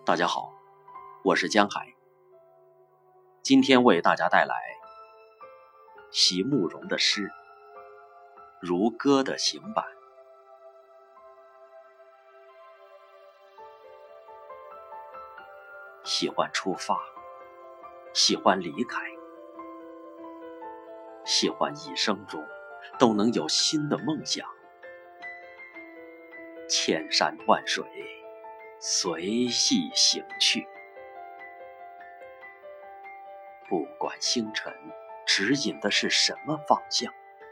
大家好，我是江海。今天为大家带来席慕容的诗《如歌的行板》。喜欢出发，喜欢离开，喜欢一生中都能有新的梦想。千山万水随意行去，不管星辰指引的是什么方向。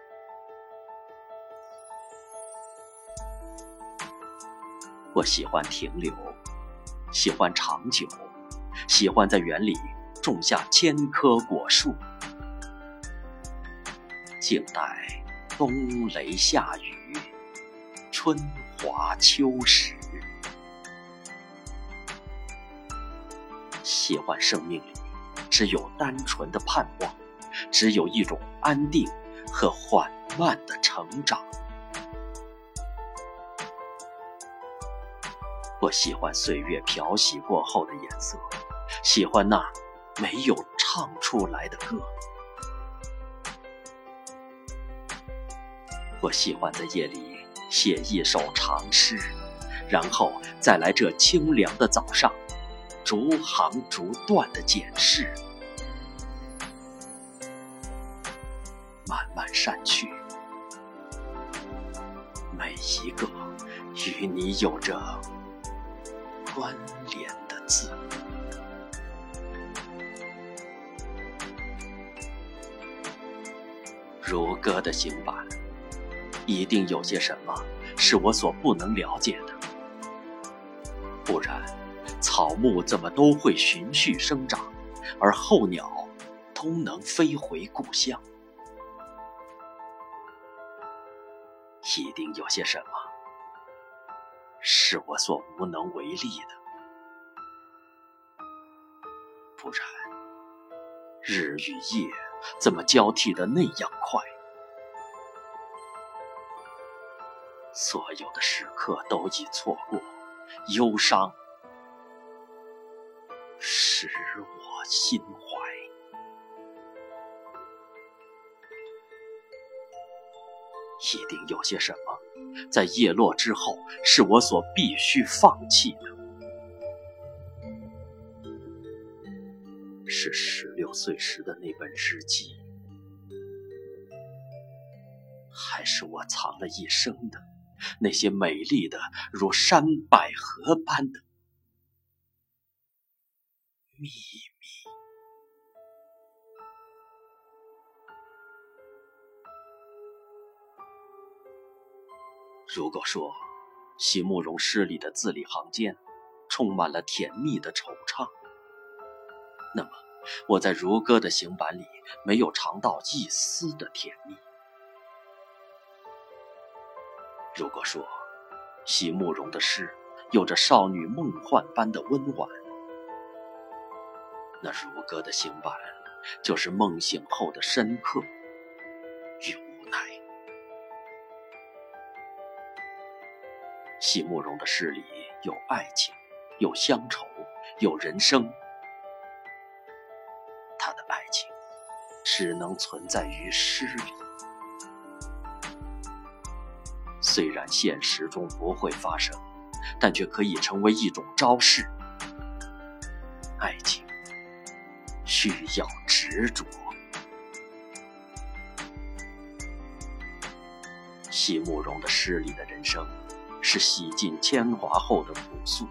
我喜欢停留，喜欢长久，喜欢在园里种下千棵果树，静待冬雷夏雨，春华秋实。喜欢生命里只有单纯的盼望，只有一种安定和缓慢的成长。我喜欢岁月漂洗过后的颜色，喜欢那没有唱出来的歌。我喜欢在夜里写一首长诗，然后再来这清凉的早上逐行逐段的检视，慢慢删去每一个与你有着关联的字。如歌的行板，一定有些什么是我所不能了解的，不然草木怎么都会循序生长，而候鸟都能飞回故乡。一定有些什么是我所无能为力的，不然日与夜怎么交替的那样快？所有的时刻都已错过，忧伤使我心怀。一定有些什么在叶落之后是我所必须放弃的，是16岁时的那本日记，还是我藏了一生的那些美丽的如山百合般的秘密？如果说席慕容诗里的字里行间充满了甜蜜的惆怅，那么我在如歌的行板里没有尝到一丝的甜蜜。如果说席慕容的诗有着少女梦幻般的温婉，那如歌的行板就是梦醒后的深刻与无奈。席慕容的诗里有爱情，有乡愁，有人生。他的爱情只能存在于诗里，虽然现实中不会发生，但却可以成为一种招式。爱情需要执着。席慕容的诗里的人生是洗尽铅华后的朴素，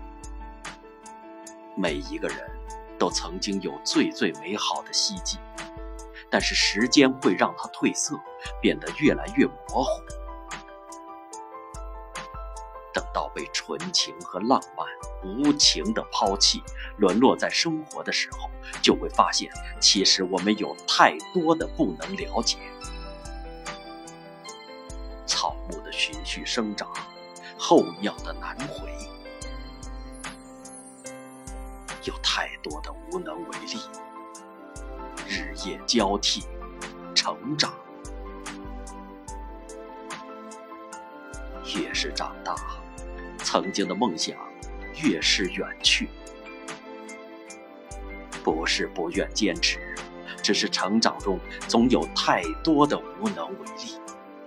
每一个人都曾经有最美好的希冀，但是时间会让它褪色，变得越来越模糊。等到被纯情和浪漫无情的抛弃，沦落在生活的时候，就会发现其实我们有太多的不能了解。草木的循序生长，候鸟的难回，有太多的无能为力。日夜交替，成长。越是长大，曾经的梦想越是远去。不是不愿坚持，只是成长中总有太多的无能为力。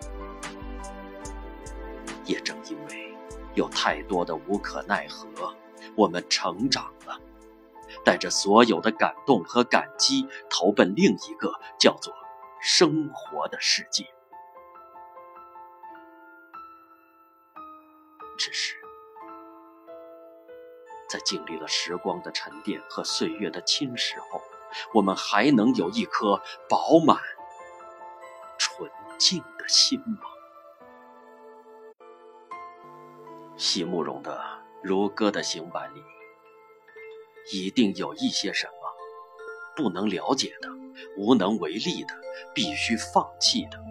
也正因为有太多的无可奈何，我们成长了，带着所有的感动和感激，投奔另一个叫做生活的世界。只是在经历了时光的沉淀和岁月的侵蚀后，我们还能有一颗饱满纯净的心吗？席慕容的如歌的行板里，一定有一些什么不能了解的、无能为力的、必须放弃的，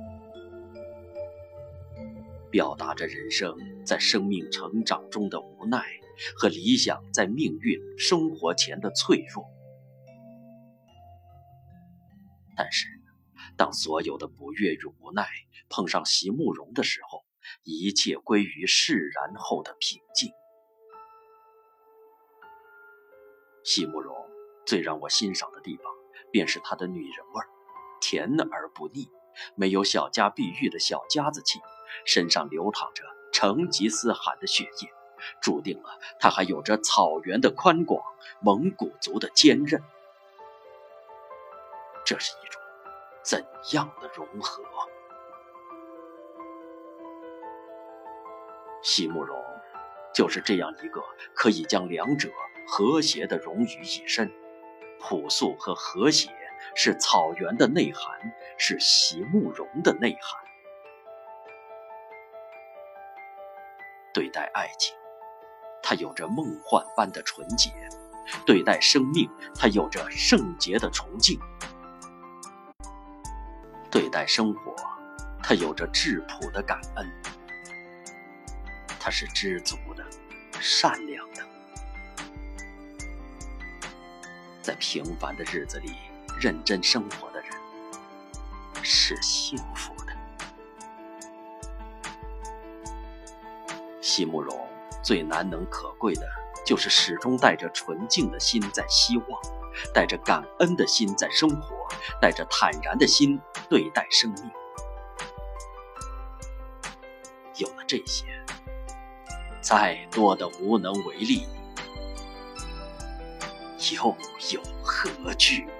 表达着人生在生命成长中的无奈和理想在命运生活前的脆弱。但是当所有的不悦与无奈碰上席慕容的时候，一切归于释然后的平静。席慕容最让我欣赏的地方便是她的女人味，甜而不腻，没有小家碧玉的小家子气，身上流淌着成吉思汗的血液，注定了她还有着草原的宽广，蒙古族的坚韧。这是一种怎样的融合？席慕容就是这样一个可以将两者和谐地融于一身。朴素和和谐是草原的内涵，是席慕容的内涵。对待爱情，它有着梦幻般的纯洁；对待生命，它有着圣洁的崇敬；对待生活，它有着质朴的感恩。他是知足的，善良的，在平凡的日子里认真生活的人是幸福的。席慕容最难能可贵的就是始终带着纯净的心在希望，带着感恩的心在生活，带着坦然的心对待生命。有了这些，再多的无能为力又有何惧？